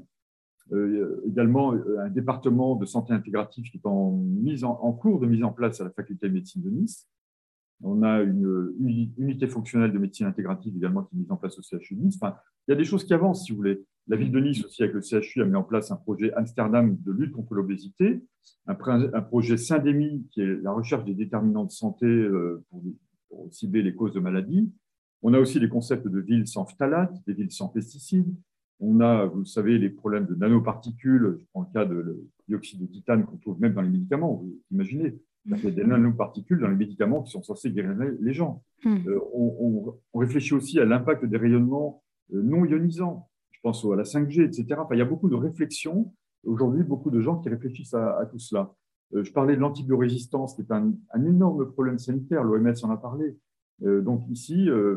Euh, également, un département de santé intégrative qui est en, mise en, en cours de mise en place à la faculté de médecine de Nice. On a une, une unité fonctionnelle de médecine intégrative également qui est mise en place au C H U de Nice. Enfin, il y a des choses qui avancent, si vous voulez. La ville de Nice aussi, avec le C H U, a mis en place un projet Amsterdam de lutte contre l'obésité, un, un projet Syndémie, qui est la recherche des déterminants de santé pour, pour cibler les causes de maladies. On a aussi les concepts de villes sans phtalates, des villes sans pesticides. On a, vous le savez, les problèmes de nanoparticules. Je prends le cas de le dioxyde de titane qu'on trouve même dans les médicaments, vous imaginez. Il y a des nanoparticules dans les médicaments qui sont censés guérir les gens. Mmh. Euh, on, on, on réfléchit aussi à l'impact des rayonnements euh, non ionisants. Je pense à la cinq G, et cetera. Enfin, il y a beaucoup de réflexions. Aujourd'hui, beaucoup de gens qui réfléchissent à, à tout cela. Euh, je parlais de l'antibiorésistance, qui est un, un énorme problème sanitaire. L'O M S en a parlé. Euh, donc ici, euh,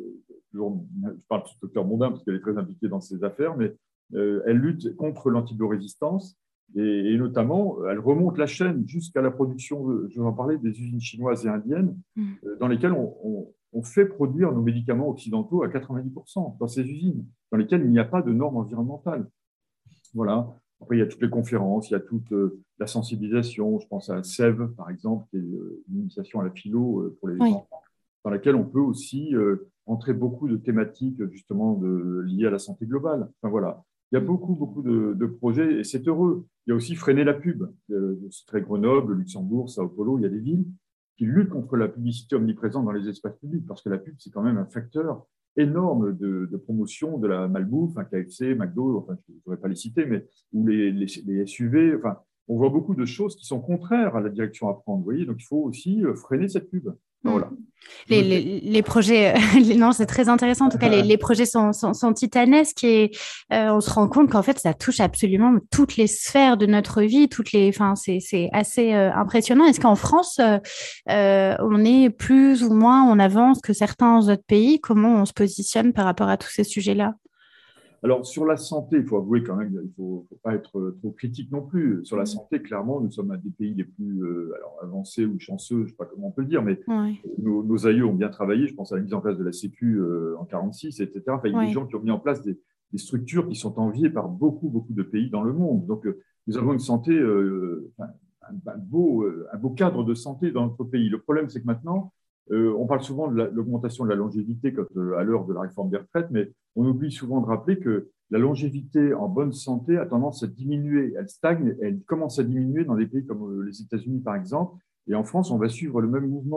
je parle du docteur Mondin parce qu'elle est très impliquée dans ces affaires, mais euh, elle lutte contre l'antibiorésistance. Et, et notamment, elle remonte la chaîne jusqu'à la production, je vais en parler, des usines chinoises et indiennes, mmh. dans lesquelles on, on, on fait produire nos médicaments occidentaux à quatre-vingt-dix pour cent dans ces usines, dans lesquelles il n'y a pas de normes environnementales. Voilà. Après, il y a toutes les conférences, il y a toute euh, la sensibilisation. Je pense à S E V, par exemple, qui est euh, une initiation à la philo euh, pour les oui. enfants, dans laquelle on peut aussi euh, entrer beaucoup de thématiques justement de, liées à la santé globale. Enfin, voilà. Il y a beaucoup, beaucoup de, de projets et c'est heureux. Il y a aussi freiner la pub. C'est très Grenoble, Luxembourg, Sao Paulo, il y a des villes qui luttent contre la publicité omniprésente dans les espaces publics parce que la pub, c'est quand même un facteur énorme de, de promotion de la malbouffe, hein, K F C, McDo, enfin, je ne pourrais pas les citer, mais ou les, les, les S U V. Enfin, on voit beaucoup de choses qui sont contraires à la direction à prendre. Vous voyez, donc il faut aussi freiner cette pub. Voilà. Les, les, les projets, les, non, c'est très intéressant. En tout cas, les, les projets sont, sont, sont titanesques et euh, on se rend compte qu'en fait, ça touche absolument toutes les sphères de notre vie, toutes les. Enfin, c'est, c'est assez euh, impressionnant. Est-ce qu'en France, euh, euh, on est plus ou moins en avance que certains autres pays? Comment on se positionne par rapport à tous ces sujets-là? Alors, sur la santé, il faut avouer quand même, il ne faut, faut pas être trop critique non plus. Sur la santé, clairement, nous sommes un des pays les plus euh, alors, avancés ou chanceux, je ne sais pas comment on peut le dire, mais oui. nos, nos aïeux ont bien travaillé. Je pense à la mise en place de la Sécu euh, en quarante-six, et cetera. Enfin, il y a oui. des gens qui ont mis en place des, des structures qui sont enviées par beaucoup, beaucoup de pays dans le monde. Donc, euh, nous avons une santé, euh, un, un, beau, euh, un beau cadre de santé dans notre pays. Le problème, c'est que maintenant, Euh, on parle souvent de l'augmentation de la longévité quand, euh, à l'heure de la réforme des retraites, mais on oublie souvent de rappeler que la longévité en bonne santé a tendance à diminuer. Elle stagne, elle commence à diminuer dans des pays comme les États-Unis, par exemple. Et en France, on va suivre le même mouvement.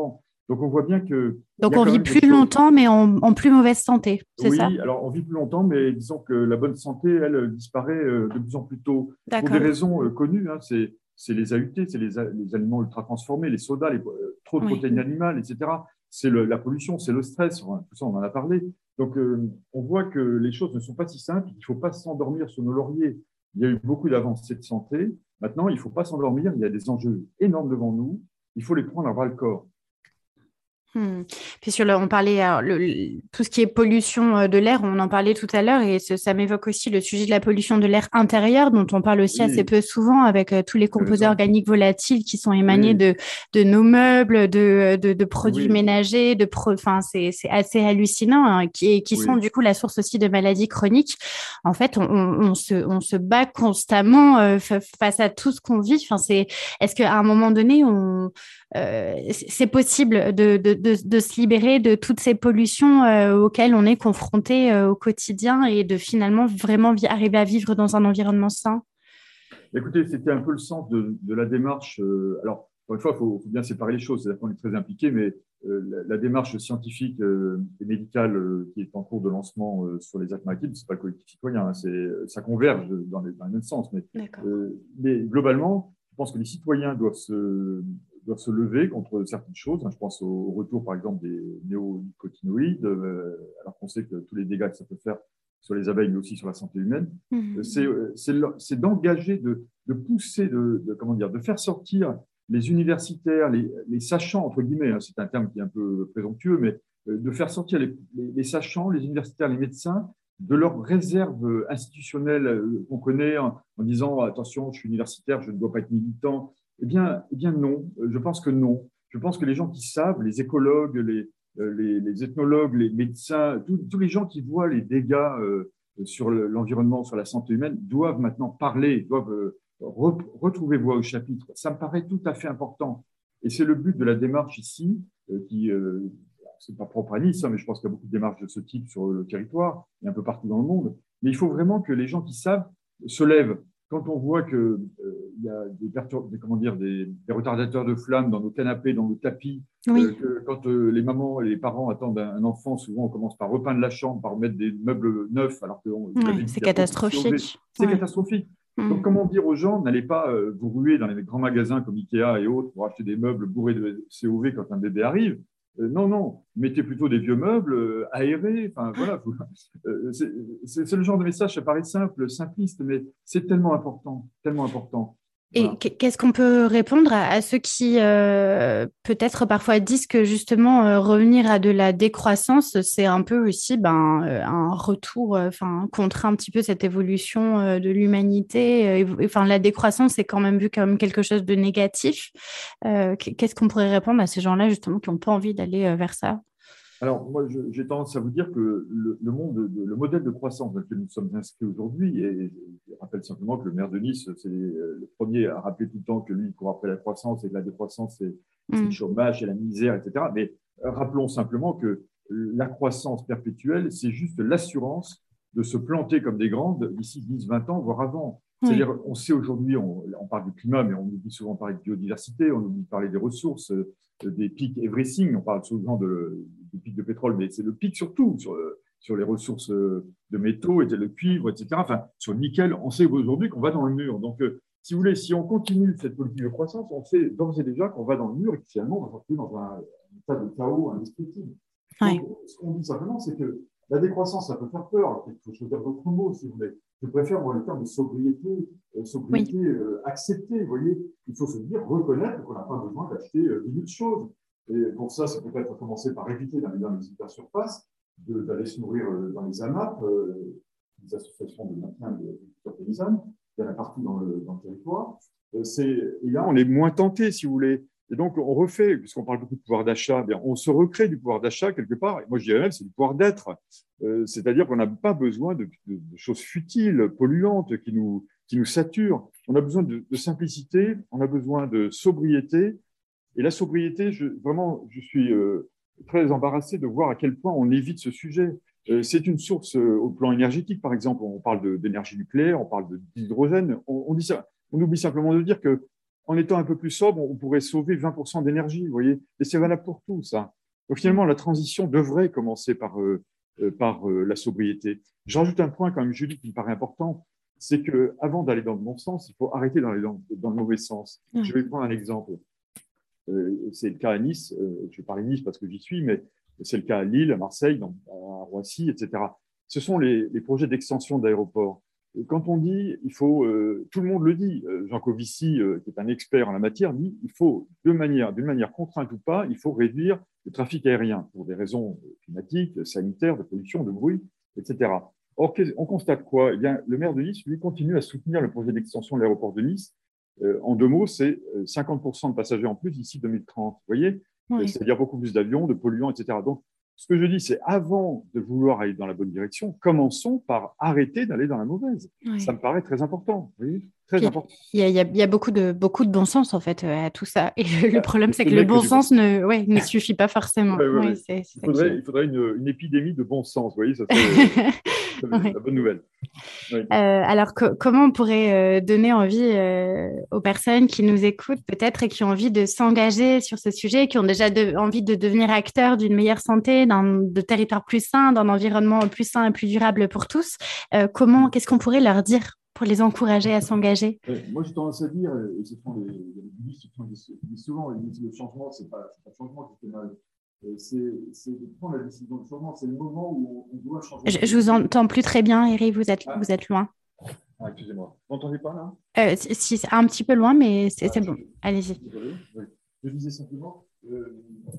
Donc, on voit bien que… Donc, on vit plus longtemps, mais en, en plus mauvaise santé, c'est oui, ça? Oui, alors on vit plus longtemps, mais disons que la bonne santé, elle, disparaît de plus en plus tôt. Pour des raisons euh, connues, hein, c'est, c'est les A U T, c'est les, les aliments ultra transformés, les sodas, les, euh, trop de oui. protéines animales, et cetera. C'est le, la pollution, c'est le stress, tout ça, on en a parlé. Donc, euh, on voit que les choses ne sont pas si simples, il ne faut pas s'endormir sur nos lauriers. Il y a eu beaucoup d'avancées de santé. Maintenant, il ne faut pas s'endormir, il y a des enjeux énormes devant nous, il faut les prendre à bras le corps. Hmm. Puis sur le, on parlait alors, le, le, tout ce qui est pollution de l'air, on en parlait tout à l'heure et ce, ça m'évoque aussi le sujet de la pollution de l'air intérieur dont on parle aussi oui. assez peu souvent avec euh, tous les composés organiques volatiles qui sont émanés oui. de, de nos meubles, de, de, de produits oui. ménagers, de pro, enfin c'est, c'est assez hallucinant hein, qui, qui oui. sont du coup la source aussi de maladies chroniques. En fait, on, on, on, se, on se bat constamment euh, face à tout ce qu'on vit. Enfin, c'est, est-ce qu'à un moment donné, on Euh, c'est possible de, de, de, de se libérer de toutes ces pollutions euh, auxquelles on est confronté euh, au quotidien et de finalement vraiment vi- arriver à vivre dans un environnement sain? Écoutez, c'était un peu le sens de, de la démarche. Euh, alors, encore une fois, il faut, faut bien séparer les choses. C'est-à-dire qu'on est très impliqué, mais euh, la, la démarche scientifique euh, et médicale euh, qui est en cours de lancement euh, sur les Alpes-Maritimes, c'est pas le collectif citoyen, hein, c'est, ça converge dans, les, dans le même sens. Mais, euh, mais globalement, je pense que les citoyens doivent se doivent se lever contre certaines choses. Je pense au retour, par exemple, des néonicotinoïdes, euh, alors qu'on sait que tous les dégâts que ça peut faire sur les abeilles, mais aussi sur la santé humaine. Mmh. C'est, c'est, c'est d'engager, de, de pousser, de, de, comment dire, de faire sortir les universitaires, les, les sachants, entre guillemets, hein, c'est un terme qui est un peu présomptueux, mais de faire sortir les, les, les sachants, les universitaires, les médecins, de leur réserve institutionnelle qu'on connaît en, en disant « attention, je suis universitaire, je ne dois pas être militant ». Eh bien, eh bien non, je pense que non. Je pense que les gens qui savent, les écologues, les, les, les ethnologues, les médecins, tous, tous les gens qui voient les dégâts euh, sur le, l'environnement, sur la santé humaine, doivent maintenant parler, doivent euh, re, retrouver voix au chapitre. Ça me paraît tout à fait important. Et c'est le but de la démarche ici, euh, qui, euh, c'est pas propre à Nice, hein, mais je pense qu'il y a beaucoup de démarches de ce type sur le territoire et un peu partout dans le monde. Mais il faut vraiment que les gens qui savent se lèvent. Quand on voit qu'il euh, y a des, pertur- des, comment dire, des, des retardateurs de flammes dans nos canapés, dans nos tapis, oui. euh, que quand euh, les mamans et les parents attendent un, un enfant, souvent on commence par repeindre la chambre, par mettre des meubles neufs, alors que on, oui, c'est catastrophique. C'est ouais. catastrophique. Mmh. Donc comment dire aux gens, n'allez pas euh, vous ruer dans les grands magasins comme Ikea et autres pour acheter des meubles bourrés de C O V quand un bébé arrive. Euh, non, non, mettez plutôt des vieux meubles euh, aérés. Enfin, voilà. euh, c'est, c'est, c'est le genre de message, ça paraît simple, simpliste, mais c'est tellement important, tellement important. Et voilà. Qu'est-ce qu'on peut répondre à, à ceux qui euh, peut-être parfois disent que justement euh, revenir à de la décroissance, c'est un peu aussi ben, euh, un retour, enfin euh, contre un petit peu cette évolution euh, de l'humanité. Enfin, la décroissance c'est quand même vu comme quelque chose de négatif. Euh, qu'est-ce qu'on pourrait répondre à ces gens-là justement qui n'ont pas envie d'aller euh, vers ça? Alors, moi, je, j'ai tendance à vous dire que le, le monde, le modèle de croissance dans lequel nous sommes inscrits aujourd'hui, et je rappelle simplement que le maire de Nice, c'est le premier à rappeler tout le temps que lui, il court après la croissance et que la décroissance, c'est, c'est le chômage, c'est la misère, et cetera. Mais rappelons simplement que la croissance perpétuelle, c'est juste l'assurance de se planter comme des grandes d'ici dix, vingt ans, voire avant. C'est-à-dire, on sait aujourd'hui, on, on parle du climat, mais on oublie souvent de parler de biodiversité, on oublie de parler des ressources, des pics everything, on parle souvent de, des pics de pétrole, mais c'est le pic surtout sur, sur les ressources de métaux, et le cuivre, et cetera. Enfin, sur le nickel, on sait aujourd'hui qu'on va dans le mur. Donc, euh, si vous voulez, si on continue cette politique de croissance, on sait d'ores et déjà qu'on va dans le mur et que finalement, on va se retrouver dans un, un état de chaos indestructible. Ouais. Donc, ce qu'on dit simplement, c'est que la décroissance, ça peut faire peur. Il faut choisir d'autres mots, si vous voulez. Je préfère, moi, le terme de sobriété, euh, sobriété oui. euh, acceptée. Vous voyez, il faut se dire, reconnaître qu'on n'a pas besoin d'acheter euh, mille choses. Et pour ça, c'est peut-être commencer par éviter d'aller dans les hypersurfaces, de, d'aller se nourrir euh, dans les AMAP, euh, les associations de maintien de l'agriculture paysanne. Il y en a partout dans le, dans le territoire. Euh, c'est, et là, on est moins tenté, si vous voulez. Et donc, on refait, puisqu'on parle beaucoup de pouvoir d'achat, bien, on se recrée du pouvoir d'achat quelque part. Et moi, je dirais même, c'est du pouvoir d'être. Euh, c'est-à-dire qu'on n'a pas besoin de, de, de choses futiles, polluantes, qui nous, qui nous saturent. On a besoin de, de simplicité, on a besoin de sobriété. Et la sobriété, je, vraiment, je suis euh, très embarrassé de voir à quel point on évite ce sujet. Euh, c'est une source euh, au plan énergétique, par exemple. On parle de, d'énergie nucléaire, on parle de, d'hydrogène. On, on, dit ça, on oublie simplement de dire que en étant un peu plus sobre, on pourrait sauver vingt pour cent d'énergie, vous voyez. Et c'est valable pour tout, ça. Donc, finalement, la transition devrait commencer par, euh, par euh, la sobriété. Je rajoute un point, quand même, Julie, qui me paraît important, c'est qu'avant d'aller dans le bon sens, il faut arrêter d'aller dans, dans le mauvais sens. Oui. Je vais prendre un exemple. Euh, c'est le cas à Nice. Euh, je vais parler de Nice parce que j'y suis, mais c'est le cas à Lille, à Marseille, dans, à Roissy, et cetera. Ce sont les, les projets d'extension d'aéroports. Quand on dit, il faut, euh, tout le monde le dit, euh, Jean Covici, euh, qui est un expert en la matière, dit il faut, de manière, d'une manière contrainte ou pas, il faut réduire le trafic aérien pour des raisons climatiques, sanitaires, de pollution, de bruit, et cetera. Or, on constate quoi? Eh bien, le maire de Nice, lui, continue à soutenir le projet d'extension de l'aéroport de Nice. Euh, en deux mots, c'est cinquante pour cent de passagers en plus d'ici deux mille trente. Vous voyez? Oui. C'est-à-dire beaucoup plus d'avions, de polluants, et cetera. Donc, ce que je dis, c'est avant de vouloir aller dans la bonne direction, commençons par arrêter d'aller dans la mauvaise. Oui. Ça me paraît très important. Oui, très Puis, important. Il y a, il y a beaucoup, de, beaucoup de bon sens, en fait, à tout ça. Et le, le problème, c'est que le bon sens ne, ouais, ne suffit pas forcément. Ouais, ouais, oui, ouais. c'est, c'est il, faudrait, il faudrait une, une épidémie de bon sens. Vous voyez, ça serait oui. la bonne nouvelle. Oui. Euh, alors, co- comment on pourrait euh, donner envie euh, aux personnes qui nous écoutent, peut-être, et qui ont envie de s'engager sur ce sujet, qui ont déjà de, envie de devenir acteurs d'une meilleure santé, d'un de territoires plus sains, d'un environnement plus sain et plus durable pour tous. Euh, comment, qu'est-ce qu'on pourrait leur dire pour les encourager à s'engager? Moi, j'ai tendance à dire, et ce sont les budistes qui disent souvent, ils disent le changement, c'est pas, c'est pas le changement qui fait mal. C'est, c'est de prendre la décision de changement. C'est le moment où on doit changer. Je, je vous entends plus très bien, Eric, vous êtes, ah. vous êtes loin. Ah, excusez-moi. Vous m'entendez pas là? euh, si, si, un petit peu loin, mais c'est, ah, c'est bon. Je, Allez-y. Désolé. Oui. Je disais simplement. Euh,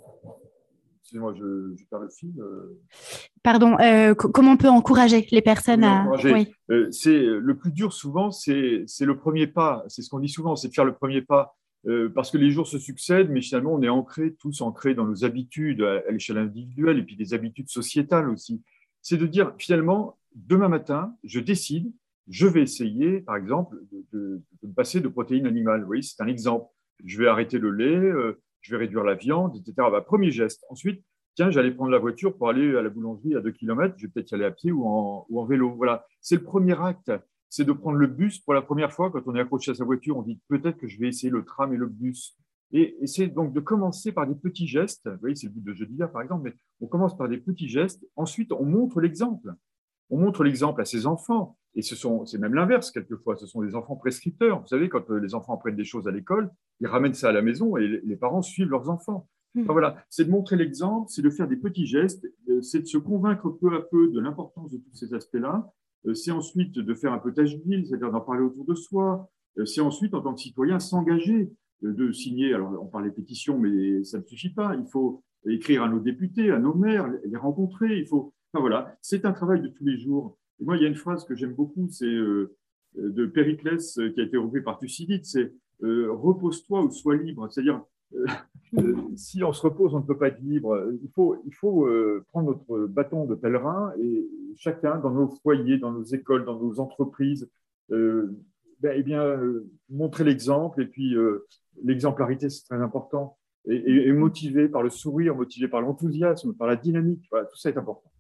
excusez-moi, je, je perds le fil. Euh... Pardon. Euh, c- comment on peut encourager les personnes à. Encourager. Oui. Euh, c'est le plus dur souvent, c'est, c'est le premier pas. C'est ce qu'on dit souvent, c'est de faire le premier pas. Euh, parce que les jours se succèdent, mais finalement, on est ancrés, tous ancrés dans nos habitudes à, à l'échelle individuelle et puis des habitudes sociétales aussi. C'est de dire, finalement, demain matin, je décide, je vais essayer, par exemple, de, de, de me passer de protéines animales. Vous voyez, c'est un exemple. Je vais arrêter le lait, euh, je vais réduire la viande, et cetera. Bah, premier geste. Ensuite, tiens, j'allais prendre la voiture pour aller à la boulangerie à deux kilomètres, je vais peut-être y aller à pied ou en, ou en vélo. Voilà, c'est le premier acte. C'est de prendre le bus pour la première fois. Quand on est accroché à sa voiture, on dit peut-être que je vais essayer le tram et le bus. Et, et c'est donc de commencer par des petits gestes. Vous voyez, c'est le but de jeudi là, par exemple, mais on commence par des petits gestes. Ensuite, on montre l'exemple. On montre l'exemple à ses enfants. Et ce sont, c'est même l'inverse, quelquefois. Ce sont des enfants prescripteurs. Vous savez, quand les enfants apprennent des choses à l'école, ils ramènent ça à la maison et les parents suivent leurs enfants. Mmh. Enfin, voilà, c'est de montrer l'exemple, c'est de faire des petits gestes, c'est de se convaincre peu à peu de l'importance de tous ces aspects-là. C'est ensuite de faire un peu tâche d'huile, c'est-à-dire d'en parler autour de soi. C'est ensuite, en tant que citoyen, s'engager, de signer. Alors, on parle des pétitions, mais ça ne suffit pas. Il faut écrire à nos députés, à nos maires, les rencontrer. Il faut. Enfin, voilà, c'est un travail de tous les jours. Et moi, il y a une phrase que j'aime beaucoup, c'est euh, de Périclès, qui a été repris par Thucydide, c'est euh, « repose-toi ou sois libre ». C'est-à-dire, euh, euh, si on se repose, on ne peut pas être libre. Il faut, il faut euh, prendre notre bâton de pèlerin et chacun, dans nos foyers, dans nos écoles, dans nos entreprises, euh, ben, eh bien, euh, montrer l'exemple. Et puis, euh, l'exemplarité, c'est très important. Et, et, et motivé par le sourire, motivé par l'enthousiasme, par la dynamique. Voilà, tout ça est important.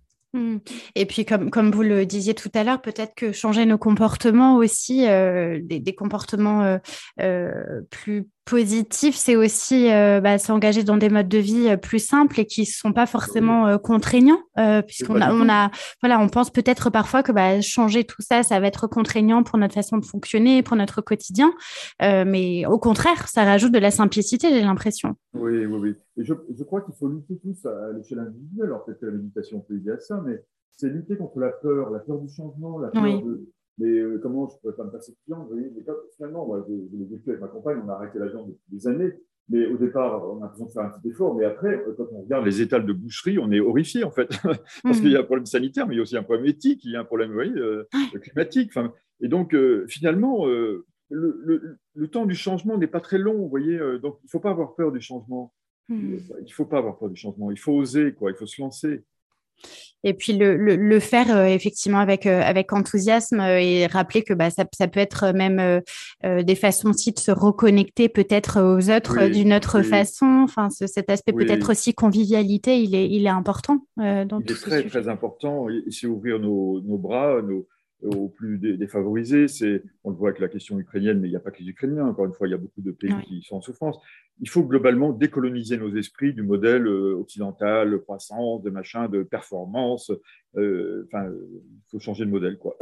Et puis, comme, comme vous le disiez tout à l'heure, peut-être que changer nos comportements aussi, euh, des, des comportements euh, euh, plus positifs, c'est aussi euh, bah, s'engager dans des modes de vie plus simples et qui ne sont pas forcément euh, contraignants, euh, puisqu'on a, on a, voilà, on pense peut-être parfois que bah, changer tout ça, ça va être contraignant pour notre façon de fonctionner, pour notre quotidien, euh, mais au contraire, ça rajoute de la simplicité, j'ai l'impression. Oui, oui, oui. Et je, je crois qu'il faut lutter tous à l'échelle individuelle. En fait, la méditation peut aider à ça, mais c'est lutter contre la peur, la peur du changement, la peur oui. de... Mais euh, comment je ne pourrais pas me passer de viande, vous voyez, mais quand, finalement, moi, je, je l'ai vécu avec ma compagne, on a arrêté la viande depuis des années, mais au départ, on a l'impression de faire un petit effort, mais après, quand on regarde les étals de boucherie, on est horrifié, en fait, parce mmh. qu'il y a un problème sanitaire, mais il y a aussi un problème éthique, il y a un problème, vous voyez, euh, climatique. Enfin, et donc, euh, finalement, euh, le, le, le temps du changement n'est pas très long, vous voyez, euh, donc il ne faut pas avoir peur du changement. Mmh. Il ne faut pas avoir peur du changement, il faut oser, quoi, il faut se lancer. Et puis le, le, le faire euh, effectivement avec, euh, avec enthousiasme euh, et rappeler que bah, ça, ça peut être même euh, euh, des façons aussi de se reconnecter peut-être aux autres oui, euh, d'une autre oui. façon. Enfin, ce, cet aspect oui. peut-être aussi convivialité, il est, il est important. Euh, dans il tout est très, très important. Et c'est ouvrir nos, nos bras, nos, aux plus défavorisés. C'est, on le voit avec la question ukrainienne, mais il n'y a pas que les Ukrainiens. Encore une fois, il y a beaucoup de pays oui. qui sont en souffrance. Il faut globalement décoloniser nos esprits du modèle occidental, de croissance, de machin, de performance. Euh, enfin, il faut changer de modèle, quoi.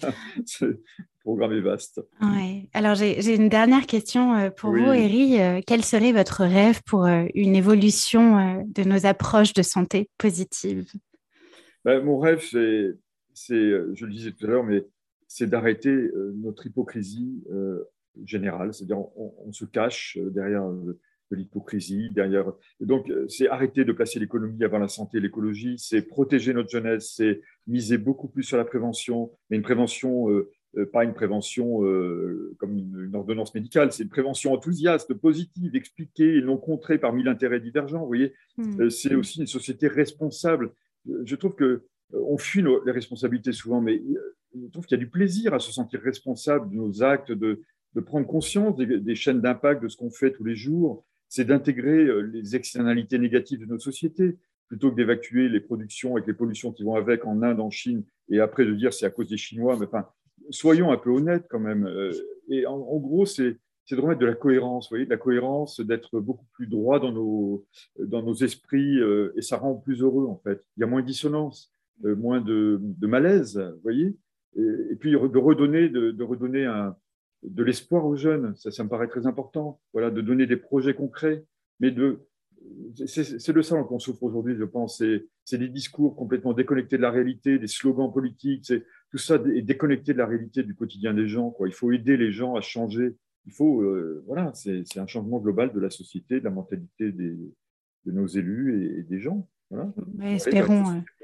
Le programme est vaste. Ouais. Alors, j'ai, j'ai une dernière question pour oui. vous, Héry. Euh, quel serait votre rêve pour euh, une évolution euh, de nos approches de santé positive ? Ben, mon rêve, c'est, c'est, je le disais tout à l'heure, mais c'est d'arrêter euh, notre hypocrisie euh, générale. C'est-à-dire, on, on se cache derrière euh, de l'hypocrisie, derrière. Et donc, c'est arrêter de placer l'économie avant la santé et l'écologie. C'est protéger notre jeunesse. C'est miser beaucoup plus sur la prévention, mais une prévention, euh, euh, pas une prévention euh, comme une, une ordonnance médicale. C'est une prévention enthousiaste, positive, expliquée et non contrée par mille intérêts divergents. Vous voyez, mmh. euh, c'est aussi une société responsable. Je trouve qu'on fuit nos, les responsabilités souvent, mais je trouve qu'il y a du plaisir à se sentir responsable de nos actes, de, de prendre conscience des, des chaînes d'impact de ce qu'on fait tous les jours. C'est d'intégrer les externalités négatives de notre société, plutôt que d'évacuer les productions avec les pollutions qui vont avec en Inde, en Chine, et après de dire c'est à cause des Chinois. Mais enfin, soyons un peu honnêtes quand même. Et en, en gros, c'est... c'est de remettre de la cohérence, vous voyez, de la cohérence, d'être beaucoup plus droit dans nos, dans nos esprits, euh, et ça rend plus heureux, en fait. Il y a moins de dissonance, euh, moins de, de malaise, vous voyez, et, et puis de redonner, de, de redonner un, de l'espoir aux jeunes, ça, ça me paraît très important, voilà, de donner des projets concrets, mais de, c'est, c'est de ça qu'on souffre aujourd'hui, je pense, c'est, c'est des discours complètement déconnectés de la réalité, des slogans politiques, c'est, tout ça est déconnecté de la réalité du quotidien des gens, quoi. Il faut aider les gens à changer. Il faut, euh, voilà, c'est, c'est un changement global de la société, de la mentalité des, de nos élus et, et des gens. Voilà. Ouais, espérons,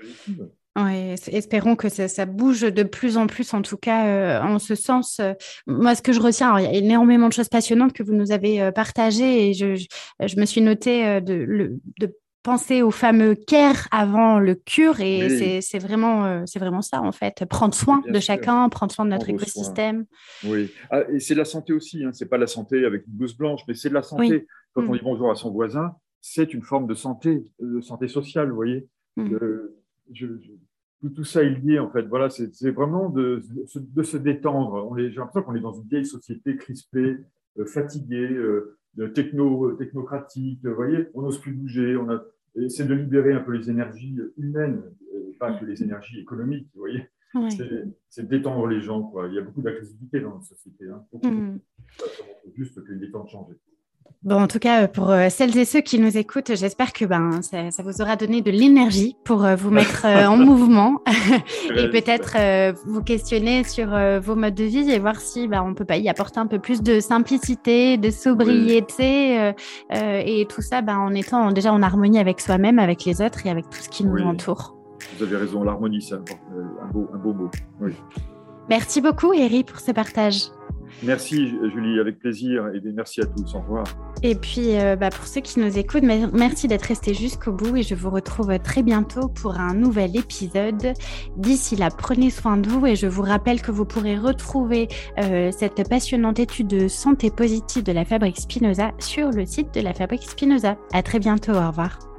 ouais, espérons que ça, ça bouge de plus en plus, en tout cas, euh, en ce sens. Euh, moi, ce que je retiens, alors, il y a énormément de choses passionnantes que vous nous avez euh, partagées et je, je, je me suis notée euh, de, le, de penser au fameux care avant le cure et oui. c'est, c'est, vraiment, euh, c'est vraiment ça en fait, prendre soin de sûr. chacun, prendre soin de notre prendre écosystème. Soin. Oui, ah, et c'est de la santé aussi, hein. C'est pas la santé avec une blouse blanche, mais c'est de la santé. Oui. Quand mmh. on dit bonjour à son voisin, c'est une forme de santé, de santé sociale, vous voyez. Mmh. Euh, je, je, tout, tout ça est lié en fait, voilà, c'est, c'est vraiment de, de, de se détendre. On est, j'ai l'impression qu'on est dans une vieille société crispée, euh, fatiguée, euh, de techno, technocratique, vous voyez, on n'ose plus bouger, on a, et c'est de libérer un peu les énergies humaines, pas que les énergies économiques, vous voyez, ouais. c'est, c'est détendre les gens, quoi. Il y a beaucoup d'agressivité dans notre société, hein. Donc, mmh. ça montre juste qu'il est temps de changer. Bon, en tout cas, pour celles et ceux qui nous écoutent, j'espère que ben, ça, ça vous aura donné de l'énergie pour vous mettre en mouvement et peut-être euh, vous questionner sur euh, vos modes de vie et voir si ben, on ne peut pas y apporter un peu plus de simplicité, de sobriété oui. euh, euh, et tout ça ben, en étant déjà en harmonie avec soi-même, avec les autres et avec tout ce qui nous oui. entoure. Vous avez raison, l'harmonie, c'est un, un, beau, un beau mot. Oui. Merci beaucoup, Héry, pour ce partage. Merci Julie, avec plaisir et merci à tous, au revoir. Et puis euh, bah, pour ceux qui nous écoutent, merci d'être restés jusqu'au bout et je vous retrouve très bientôt pour un nouvel épisode. D'ici là, prenez soin de vous et je vous rappelle que vous pourrez retrouver euh, cette passionnante étude de santé positive de la Fabrique Spinoza sur le site de la Fabrique Spinoza. À très bientôt, au revoir.